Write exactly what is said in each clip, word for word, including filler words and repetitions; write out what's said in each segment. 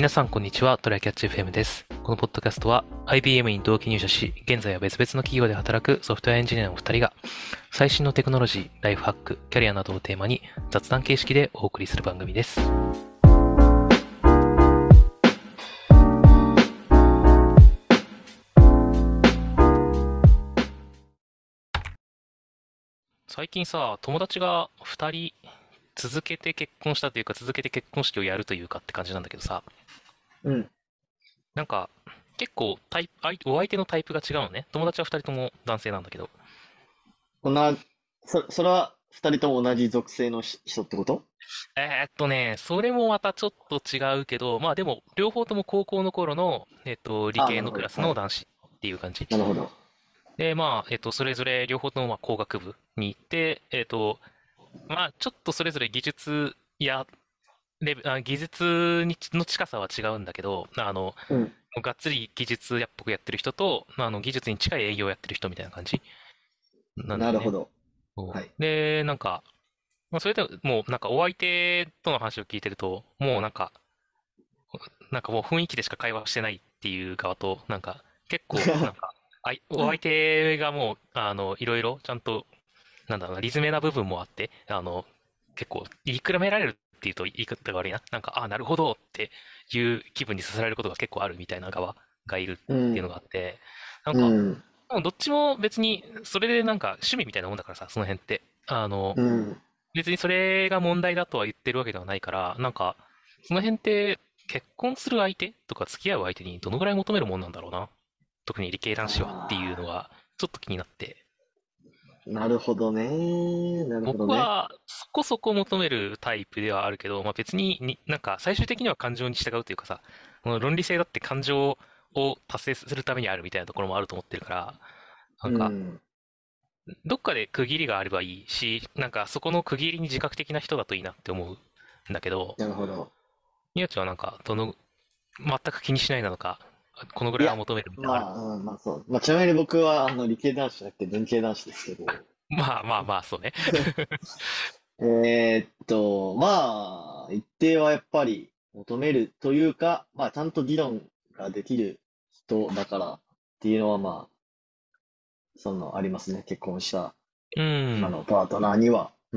皆さん、こんにちは。トライキャッチ エフエム です。このポッドキャストは アイビーエム に同期入社し、現在は別々の企業で働くソフトウェアエンジニアのお二人が、最新のテクノロジー、ライフハック、キャリアなどをテーマに雑談形式でお送りする番組です。最近さ、友達が二人続けて結婚したというか、続けて結婚式をやるというかって感じなんだけどさ、 うん。 なんか、結構タイプ、相お相手のタイプが違うのね。友達は二人とも男性なんだけど。 同じ、そ、それは二人とも同じ属性のし人ってこと？ えーっとね、それもまたちょっと違うけど、まあでも、両方とも高校の頃の、えっと、理ああ、なるほど。 系のクラスはい。 の男子っていう感じ。 なるほど。 で、まあ、えっと、それぞれ両方ともまあ工学部に行って、えっと、まあ、ちょっとそれぞれ技術や、レベあ技術にの近さは違うんだけど、あの、 うん。 がっつり技術やっぽくやってる人と、まああの、技術に近い営業をやってる人みたいな感じなんだよね。 なるほど。 そはい。 う。で、なんか、まあ、それでもうなんかお相手との話を聞いてると、もうなんか、なんかもう雰囲気でしか会話してないっていう側と、なんか結構なんか、あいお相手がもう、あの、いろいろちゃんと、なんだろうな、リズメな部分もあって、あの、結構言いくるめられるっていうと言い方が悪いな。なんか、あ、なるほどっていう気分にさせられることが結構あるみたいな側がいるっていうのうん。 があって、なんうか、 ん。 もうどっちも別に、それでなんか趣味みたいなもんだからさ、その辺って。あの、 うん。 別にそれが問題だとは言ってるわけではないから、なんか、その辺って結婚する相手とか付き合う相手にどのぐらい求めるもんなんだろうな。特に理系男子はっていうのあがちょっと気になって。 あ、なるほどね。なるほどね。 僕はそこそこ求めるタイプではあるけど、まあ別にに、なんか最終的には感情に従うというかさ、この論理性だって感情を達成するためにあるみたいなところもあると思ってるから、なんか、 うん。 どっかで区切りがあればいいし、なんかそこの区切りに自覚的な人だといいなって思うんだけど、 なるほど。 宮地はなんか、どの、全く気にしないなのか、このぐいや、 らいは求めるみたいなのある？ まあ、うん、まあそう。まあ、ちなみに僕は、あの、理系男子じゃなくて文系男子ですけど。 まあまあまあ、そうね。 えーっと、まあ、一定はやっぱり求めるというか、まあ、ちゃんと議論ができる人だからっていうのは、まあ、その、ありますね。結婚したうん、 今のパートナーには。うん。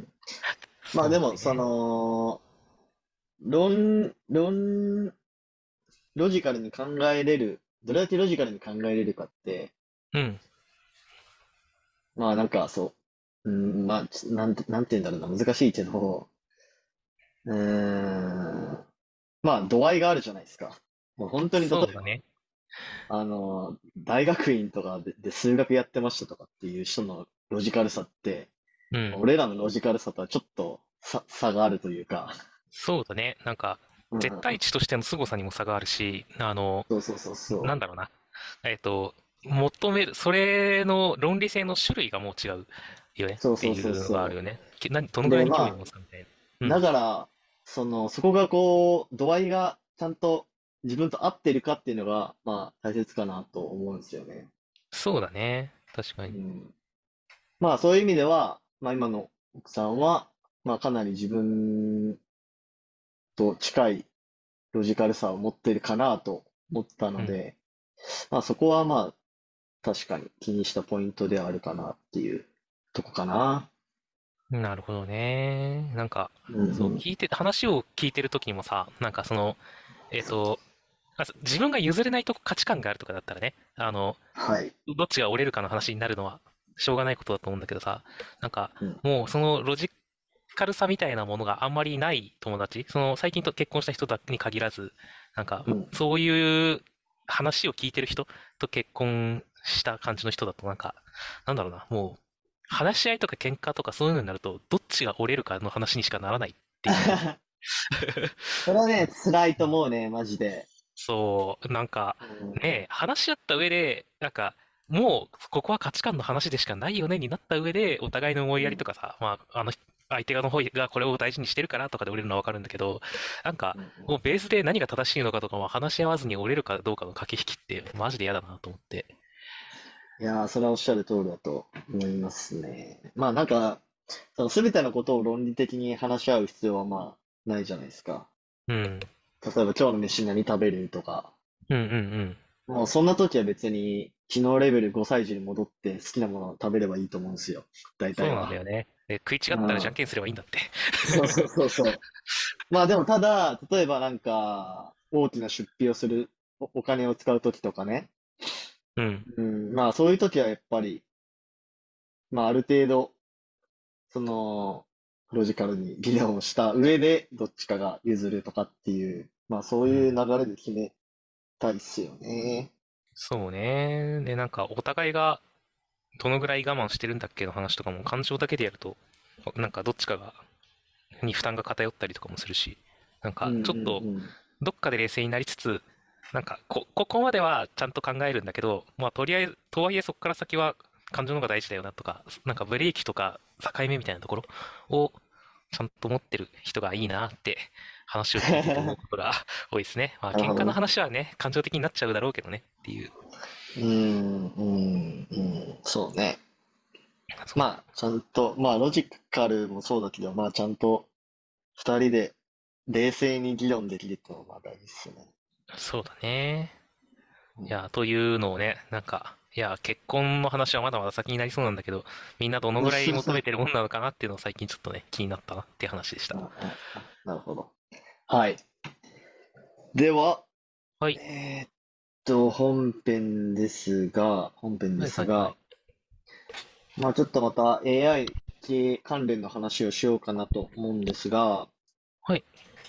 まあでも、そそうね。 の、論、論、ロジカルに考えれる、どれだけロジカルに考えれるかって、 うん、 まあなんかそう、うん、まあ、ちなんて、なんて言うんだろうな、難しいけど、うーん、まあ度合いがあるじゃないですか。もう本当に例えば、 そうだね。 あの、大学院とかで、で数学やってましたとかっていう人のロジカルさって、 うん、 俺らのロジカルさとはちょっと差、差があるというか、 そうだね。なんか、 うん、 絶対値としての凄さにも差があるし、あの、 そうそうそうそなんだろうな。えっと、求める、それの論理性の種類がもう違うよねう。そうってそうそういうのがあるそよね。きなどのう。で、 ぐらいに興味をま持つかみたいな。うあ、 ん。 だから、その、そこがこう、度合いがちゃんと自分と合ってるかっていうのが、まあ、大切かなと思うんですよね。 そうだね。確かに。 うん。まあ、そういう意味では、まあ、今の奥さんは、まあ、かなり自分と近いロジカルさを持ってるかなと思ったうん。 ので、まあ、そこはまあ、確かに気にしたポイントではあるかなっていうとこかな。 なるほどね。なんか、そう、 うんうん。 聞いて、話を聞いてる時にもさ、なんかその、えっと、まず自分が譲れないとこ価値観があるとかだったらね、あの、 はい。 どっちが折れるかの話になるのはしょうがないことだと思うんだけどさ、なんか、 うん。 もうそのロジカルさみたいなものがあんまりない友達、その最近と結婚した人だけに限らず、なんか、 うん。 そういう話を聞いてる人と結婚した感じの人だとなんか、なんだろうな、もう、話し合いとか喧嘩とかそういうのになると、どっちが折れるかの話にしかならないっていう。 それはね、辛いと思うね、マジで。 そう、なんか、 うねえ、 ん。 話し合った上で、なんか、もう、ここは価値観の話でしかないよねになった上で、お互いの思いやりとうん。 かさ、まあ、あの、相手の方がこれを大事にしてるからとかで折れるのはわかるんだけど、なんか、 うん。 もうベースで何が正しいのかとかも話し合わずに折れるかどうかの駆け引きって、マジで嫌だなと思って。 いやー、それはおっしゃる通りだと思いますね。まあなんか、その全てのことを論理的に話し合う必要はまあないじゃないですか。 うん。 例えば今日の飯何食べるとか、 うんうんうん。 もうそんな時は別に機能レベルごさい児に戻って好きなものを食べればいいと思うんですよ。大そう体は。 なんだよね。で、食い違ったらじゃんうん。 けんすればいいんだって。 そうそうそうそう。まあでもただ、例えばなんか、大きな出費をする、お、お金を使う時とかね。 うん。 うん。まあそういう時はやっぱり、まあある程度、その、ロジカルに議論をした上で、どっちかが譲るとかっていう、まあそういううん。 流れで決めたいっすよね。 そうね。で、なんか、お互いがどのぐらい我慢してるんだっけの話とかも感情だけでやると、なんかどっちかが、に負担が偏ったりとかもするし、なんか、 うんうちょっと、 んどっかで冷静になりつつ、なんか、こ、ここまではちゃんと考えるんだけど、まあ、とりあえず、とはいえそこから先は感情の方が大事だよなとか、なんかブレーキとか境目みたいなところをちゃんと持ってる人がいいなって話を聞いてて思うことが多いですね。まあ、喧嘩のなるほどね。 話はね、感情的になっちゃうだろうけどねっていう。 うん、うん、うん、そうね。 そう。 まあ、ちゃんと、まあ、ロジカルもそうだけど、まあ、ちゃんと二人で冷静に議論できるってのはまあ大事ですよね。 そうだね。 うん。 いや、というのをね、なんか、いや、結婚の話はまだまだ先になりそうなんだけど、みんなどのぐらい求めてるもんなのかなっていうのを最近ちょっとね、気になったなっていう話でした。 あああなるほど。はい。では、 はい。 えーっと、本編ですが、本編ではいすが、 はいはい。 まあちょっとまた エーアイ 系関連の話をしようかなと思うんですが、 はい。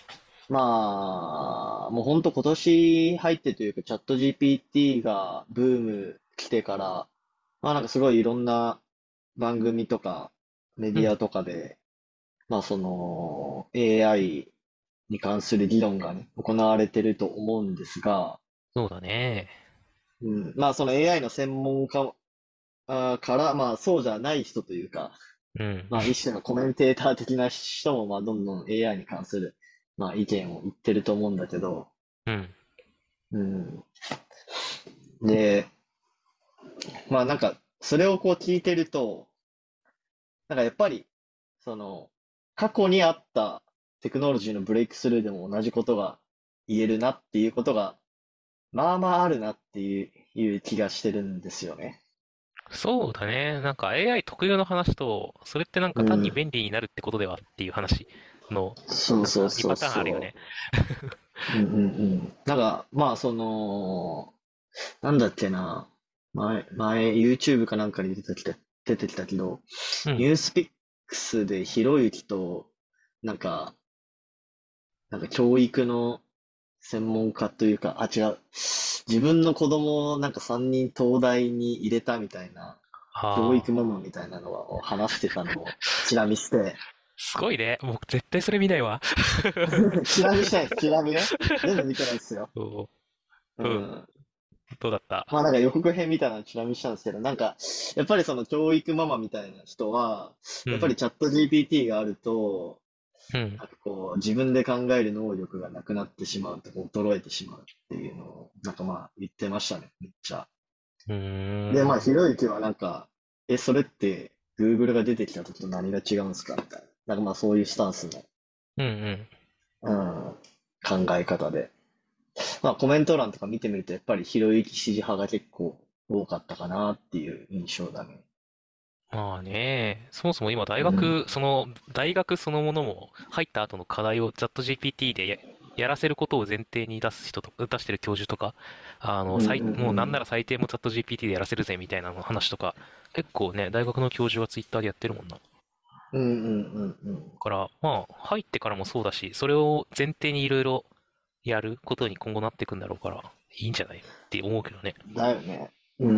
まあ、もうほんと今年入ってというか、チャット ジーピーティー がブーム来てから、まあなんかすごいいろんな番組とかメデうん。 ィアとかで、まあその エーアイ に関する議論がね、行われてると思うんですが、 そうだね。 うん、まあその エーアイ の専門家あーから、まあそうじゃない人というか、 うん。 まあ一種のコメンテーター的な人も、まあどんどん エーアイ に関する、まあ意見を言ってると思うんだけど、 うん。 うん。で、まあなんか、それをこう聞いてると、なんかやっぱり、その、過去にあったテクノロジーのブレイクスルーでも同じことが言えるなっていうことが、まあまああるなっていう、いう気がしてるんですよね。 そうだね。なんか エーアイ 特有の話と、それってなんか単にうん。 便利になるってことではっていう話の、 そうなんかにそうそうパターンあるよそね。 う。うんうんうん。なんか、まあその、なんだっけな。前、前、YouTube かなんかに出てきた、出てきたけど、 うん。 ニュースピックスでひろゆきと、なんか、なんか教育の専門家というか、あ、違う。自分の子供をなんかさんにん東大に入れたみたいな、教ああ。 育ママみたいなのを話してたのをチラ見して、 すごいね。僕絶対それ見ないわ。 チラ見したいです、チラ見ね。全部見てないですよ。 そうう。うん。 ん。 どうだった？ まあなんか予告編みたいなのチラ見したんですけど、なんか、やっぱりその教育ママみたいな人は、 うん。 やっぱりチャット ジーピーティー があると、 うん。 なんかこう、自分で考える能力がなくなってしまうと、こう衰えてしまうっていうのを、なんかまあ言ってましたね、めっちゃ。 うで、まあ、 ーん。 ひろゆきはなんか、え、それって Google が出てきた時と何が違うんですかみたいな。なんかまあそういうスタンスの、 うんうん。 うん、考え方で。まあコメント欄とか見てみると、やっぱりひろゆき支持派が結構多かったかなっていう印象だね。 まあね、そもそも今大うん。 学、その、大学そのものも入った後の課題をチャット ジーピーティー でや、やらせることを前提に出す人とか、出してる教授とか、あの、 うんうんう最、もうなんならん。 最低もチャット ジーピーティー でやらせるぜみたいなの話とか、結構ね、大学の教授はツイッターでやってるもんな。だうんうんうんうん。 から、まあ、入ってからもそうだし、それを前提にいろいろやることに今後なっていくんだろうから、いいんじゃないって思うけどね。 だよね。うん。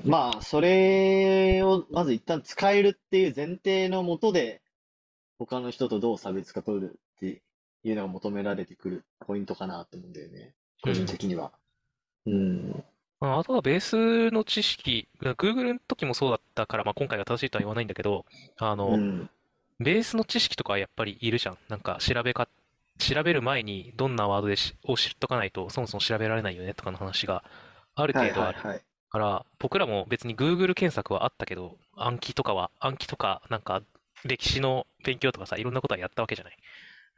まあ、それをまず一旦使えるっていう前提のもとで、他の人とどう差別化取るっていうのが求められてくるポイントかなと思うんだよね。個人うん。 的には。うん。 まああとはベースの知識、Google の時もそうだったから、まあ、今回が正しいとは言わないんだけど、あの、 うん。 ベースの知識とかはやっぱりいるじゃん。なんか調べか、調べる前にどんなワードでしを知っとかないとそもそも調べられないよねとかの話があるはい程度ある。 はいはい。 から、僕らも別に Google 検索はあったけど、暗記とかは、暗記とか、なんか歴史の勉強とかさ、いろんなことはやったわけじゃない。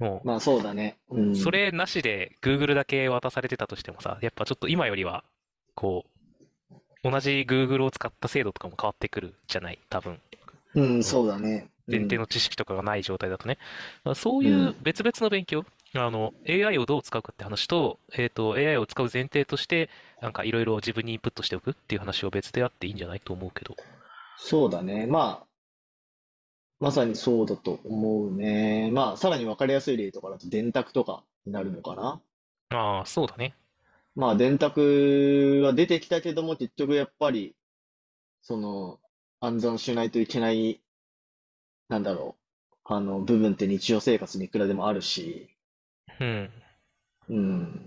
もまあそうだね。うう、そん。 れなしで Google だけ渡されてたとしてもさ、やっぱちょっと今よりは、こう、同じ Google を使った精度とかも変わってくるじゃない、多分。 うん、 そのそうだね。う前提ん。 の知識とかがない状態だとね。まあそういううん。 別々の勉強、あの、エーアイ をどう使うかって話と、えっと、エーアイ を使う前提として、なんかいろいろ自分にインプットしておくっていう話を別であっていいんじゃないと思うけど。 そうだね。まあ、まさにそうだと思うね。まあ、さらにわかりやすい例とかだと電卓とかになるのかな。 ああ、そうだね。 まあ、電卓は出てきたけども、結局やっぱり、その、暗算しないといけない、なんだろう、あの、部分って日常生活にいくらでもあるし、 うん。 うん。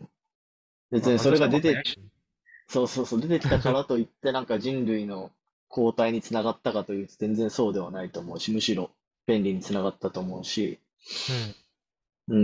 別まあ、 にそ暗算したれが出て、 方が早いしね。 そうそうそう、出てきたからといってなんか人類の後退につながったかというと全然そうではないと思うし、むしろ便利につながったと思うし、 うん。 うん。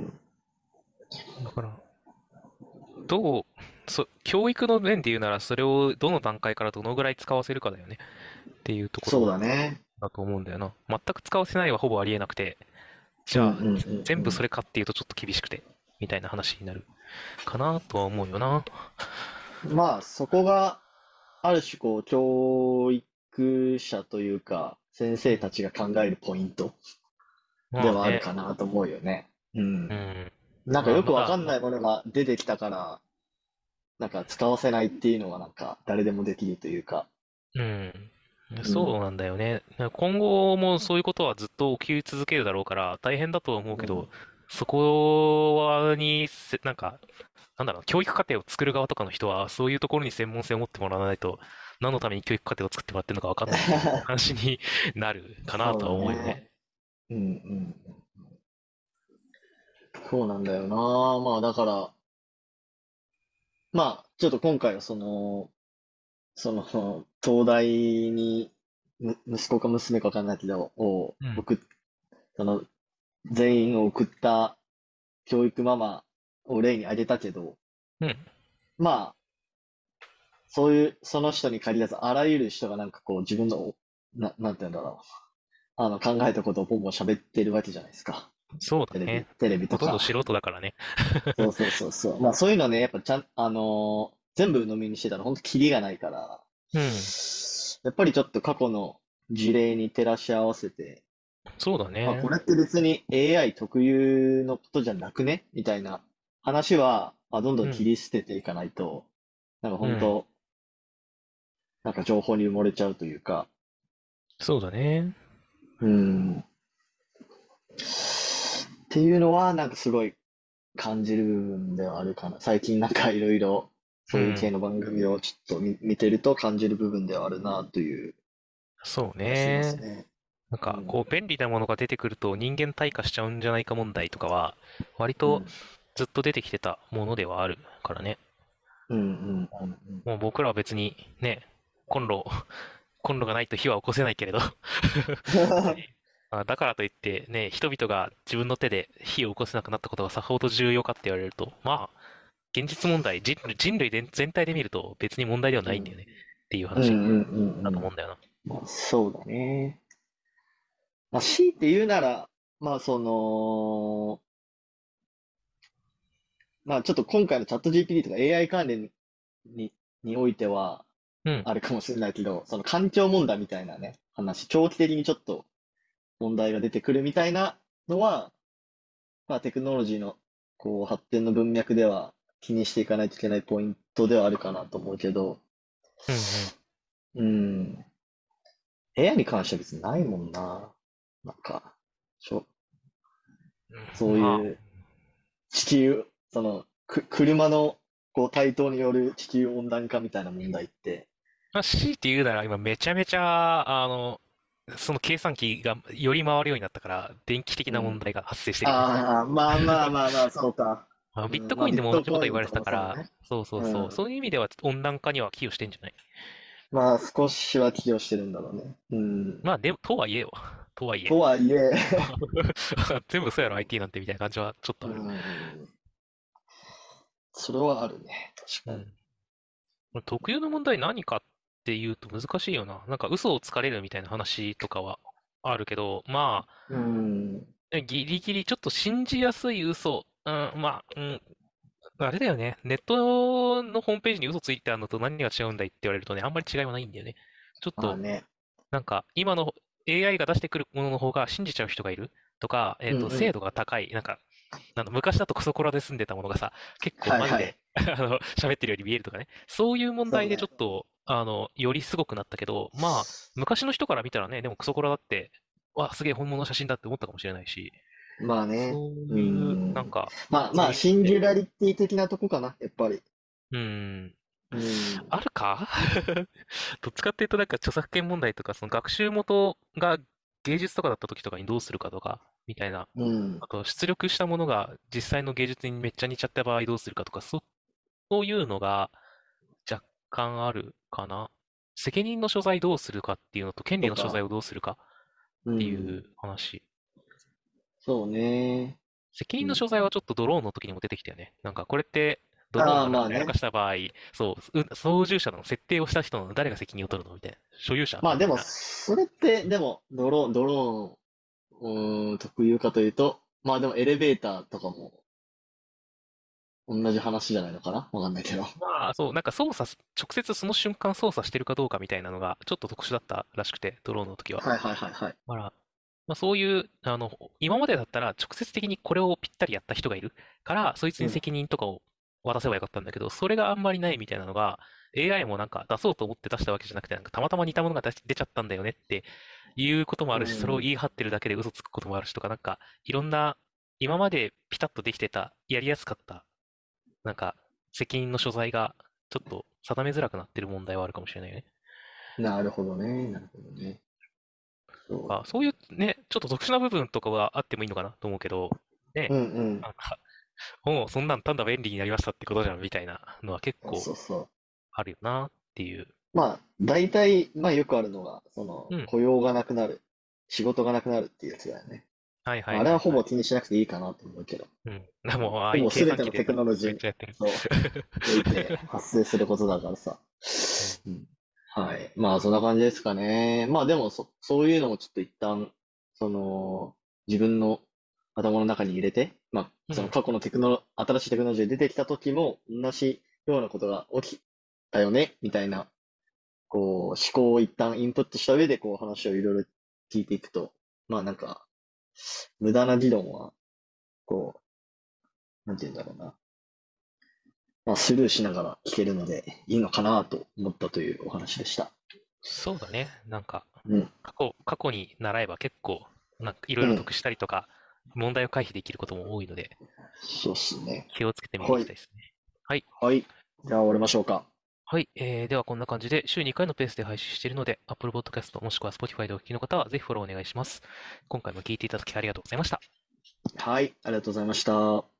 だから、どう、そ、教育の面で言うなら、それをどの段階からどのぐらい使わせるかだよね。っていうとこそうろだね。 だと思うんだよな。全く使わせないはほぼありえなくて、じゃあ、 うんうんぜうんうん。 全部それかっていうとちょっと厳しくて、みたいな話になるかなとは思うよな。 まあ、そこが、ある種こう、教育者というか、先うん。 生たちが考えるポイントではあるまあね。 かなと思うよね。うん。 うん。 なんかまあ、 よくわかまだ、 んないものが出てきたから、なんか使わせないっていうのはなんか誰でもできるというか、 うん。 うん。 そうなんだよね。今後もそういうことはずっと起き続けるだろうから大変だとは思うけど、 うん。 そこにせ、なんか、なんだろう、教育課程を作る側とかの人は、そういうところに専門性を持ってもらわないと、何のために教育課程を作ってもらってるのかわかんないですよ、みたいな話になるかなとはそうだね。 思うよね。 うんうん。そうなんだよな。まあだから、まあちょっと今回はその、その、東大に、む息子か娘かわかんないけど、をうん。 送っ、その、全員を送った教育ママを例に挙げたけど、 うん。 まあ、そういう、その人に限らず、あらゆる人がなんかこう自分の、な、なんて言うんだろう。あの、考えたことをポンポン喋ってるわけじゃないですか。テレビ、 そうだね。 テレビとか。 ほとんど素人だからね。 そうそうそうそう。まあそういうのね、やっぱちゃん、あのー全部鵜呑みにしてたら本当キリがないから、 うん。 やっぱりちょっと過去の事例に照らし合わせて、 そうだまあこね。 れって別に エーアイ 特有のことじゃなくねみたいな話は、まあ、どんどん切うん。 り捨てていかないと、なんかうん。 本当、なんか情報に埋もれちゃうというか、 そうだね。 うん、っていうのはなんかすごい感じる部分ではあるかな。最近なんかいろいろそういう系うん。 の番組をちょっと見、見てると感じる部分ではあるなというそう気がしますね。 ね。 なんか、 うん。 こう、便利なものが出てくると人間退化しちゃうんじゃないか問題とかは、割とうん。 ずっと出てきてたものではあるからね。 うんうんうんもう僕らは別にね、コンロ、コンロがないと火は起こせないけれど別に、あだからといってね、人々が自分の手で火を起こせなくなったことがさほど重要かって言われると、まあ、現実問題、人、人類全全体で見ると別に問題ではうん。 ないんだよねっていううんうん話うんうだとん。 思うんだよな。 まあそうだね。まあ強いて言うなら、まあその、まあちょっと今回のチャット ジーピーティー とか エーアイ 関連に、においては、 うん、 あるかもしれないけど、その環境問題みたいなね、話、長期的にちょっと問題が出てくるみたいなのは、まあテクノロジーのこう発展の文脈では気にしていかないといけないポイントではあるかなと思うけど、 うん、うん。 うん、エーアイ に関しては別にないもんな。なんか、しょ、そうまあ、 いう地球、その、く、車のこう台頭による地球温暖化みたいな問題って、 まあ、強いて言うなら今めちゃめちゃ、あの、その計算機がより回るようになったから、電気的な問うん。 題が発生してるよね。 ああ、まあまあまあまあ、そうか。 まあ、ビットうん、まあビッコインでも同トコインとじこと言われてたから、 かもそうね。 そうそうそう。 うん。 そういう意味では温暖化には寄与してんじゃない？ まあ少しは寄与してるんだろうね。うん。 まあでも、とはいえよ。とはいえ。 とはいえ、 全部そうやろ アイティー なんてみたいな感じはちょっとうある。 ん。それはあるね。確かに。 うん。これ特有の問題何かっていうと難しいよな。なんか嘘をつかれるみたいな話とかはあるけど、まあ、 うん。 ギリギリちょっと信じやすい嘘。うん、まあ、うん、あれだよね。ネットのホームページに嘘ついてあるのと何が違うんだいって言われるとね、あんまり違いはないんだよね。ちょっと、 まあね。 なんか、今の エーアイ が出してくるものの方が信じちゃう人がいるとか、えっと、 うんうん。 精度が高い。なんか、なんだ昔だとクソコラで住んでたものがさ、結構マジではいはい。 あの、喋ってるように見えるとかね。そういう問題でちょそうね。 っと、あの、よりすごくなったけど、まあ、昔の人から見たらね、でもクソコラだって、わ、すげえ本物の写真だって思ったかもしれないし、 まあね。 そうういう、なんん。 か、 まあまあ、 人為性、 シンギュラリティ的なとこかな、やっぱり。 うん、 うん。 あるかどっちかっていうと、なんか著作権問題とか、その学習元が芸術とかだった時とかにどうするかとか、みたいな。 うん。 あと、出力したものが実際の芸術にめっちゃ似ちゃった場合どうするかとか、そ、そういうのが若干あるかな。責任の所在どうするかっていうのと、権利とか。 の所在をどうするかうっていん。 う話。 そうね。 責任のうん。 所在はちょっとドローンの時にも出てきたよね。なんかこれってドローンああ、 が何かやらかまあね。 した場合、そう、う操縦者の設定をした人の誰が責任を取るのみたいな。所有者まあでも、 みたいな。 それって、でも、ドローン、ドローン、うーん、特有かというと、まあでもエレベーターとかも同じ話じゃないのかなわかんないけど。 まあ、そう、なんか操作す、直接その瞬間操作してるかどうかみたいなのがちょっと特殊だったらしくて、ドローンの時は。 はいはいはいはい。 だから、まあ、そういう、あの、今までだったら直接的にこれをぴったりやった人がいるから、そいつうん。 に責任とかを渡せばよかったんだけど、それがあんまりないみたいなのが、エーアイ もなんか出そうと思って出したわけじゃなくて、なんかたまたま似たものが出し出ちゃったんだよねっていうこともあるし、それをうん。 言い張ってるだけで嘘つくこともあるしとか、なんか、いろんな、今までピタッとできてた、やりやすかった、なんか、責任の所在が、ちょっと定めづらくなってる問題はあるかもしれないよね。 なるほどね。なるほどね。そあ、そういうね、ちょっと特殊な部分とかはあってもいいのかなと思うけど、 う。 ね、 うんうん。 なんか、もうそんなんただ便利になりましたってことじゃんみたいなのは結そう構そうそう。 あるよなっていう。 まあ、大体、まあよくあるのが、その、 うん。 雇用がなくなる、仕事がなくなるっていうやつだよね。 はいはまああれはいはいはい。 ほぼ気にしなくていいかなと思うけど、 うん。でも、ああほいう計ぼ全てのテ算機でな、 クノロジーに、 めっちゃやってる。 そう、おいて発生することだからさ。 うん。 うん。はい。まあ、そんな感じですかね。まあ、でも、そ、そういうのもちょっと一旦、その、自分の頭の中に入れて、まあ、 うん。 その過去のテクノロ、新しいテクノロジーで出てきた時も、同じようなことが起きたよね、みたいな、こう、思考を一旦インプットした上で、こう、話をいろいろ聞いていくと、まあ、なんか、無駄な議論は、こう、なんて言うんだろうな。まあ、スルーしながら聞けるので、いいのかなと思ったというお話でした。 そうだね。なんか、 うん。 過去、過去に習えば結構、なんかいろうん。 いろ得したりとか、問題を回避できることも多いので、 そうっすね。 気をつけてみていはい。 きたいですね。はい。 はい。じゃあ終わりましょうか。 はい。えー、ではこんな感じで週にかいのペースで配信しているので、Apple Podcast もしくは Spotify でお聞きの方はぜひフォローお願いします。今回も聞いていただきありがとうございました。 はい。ありがとうございました。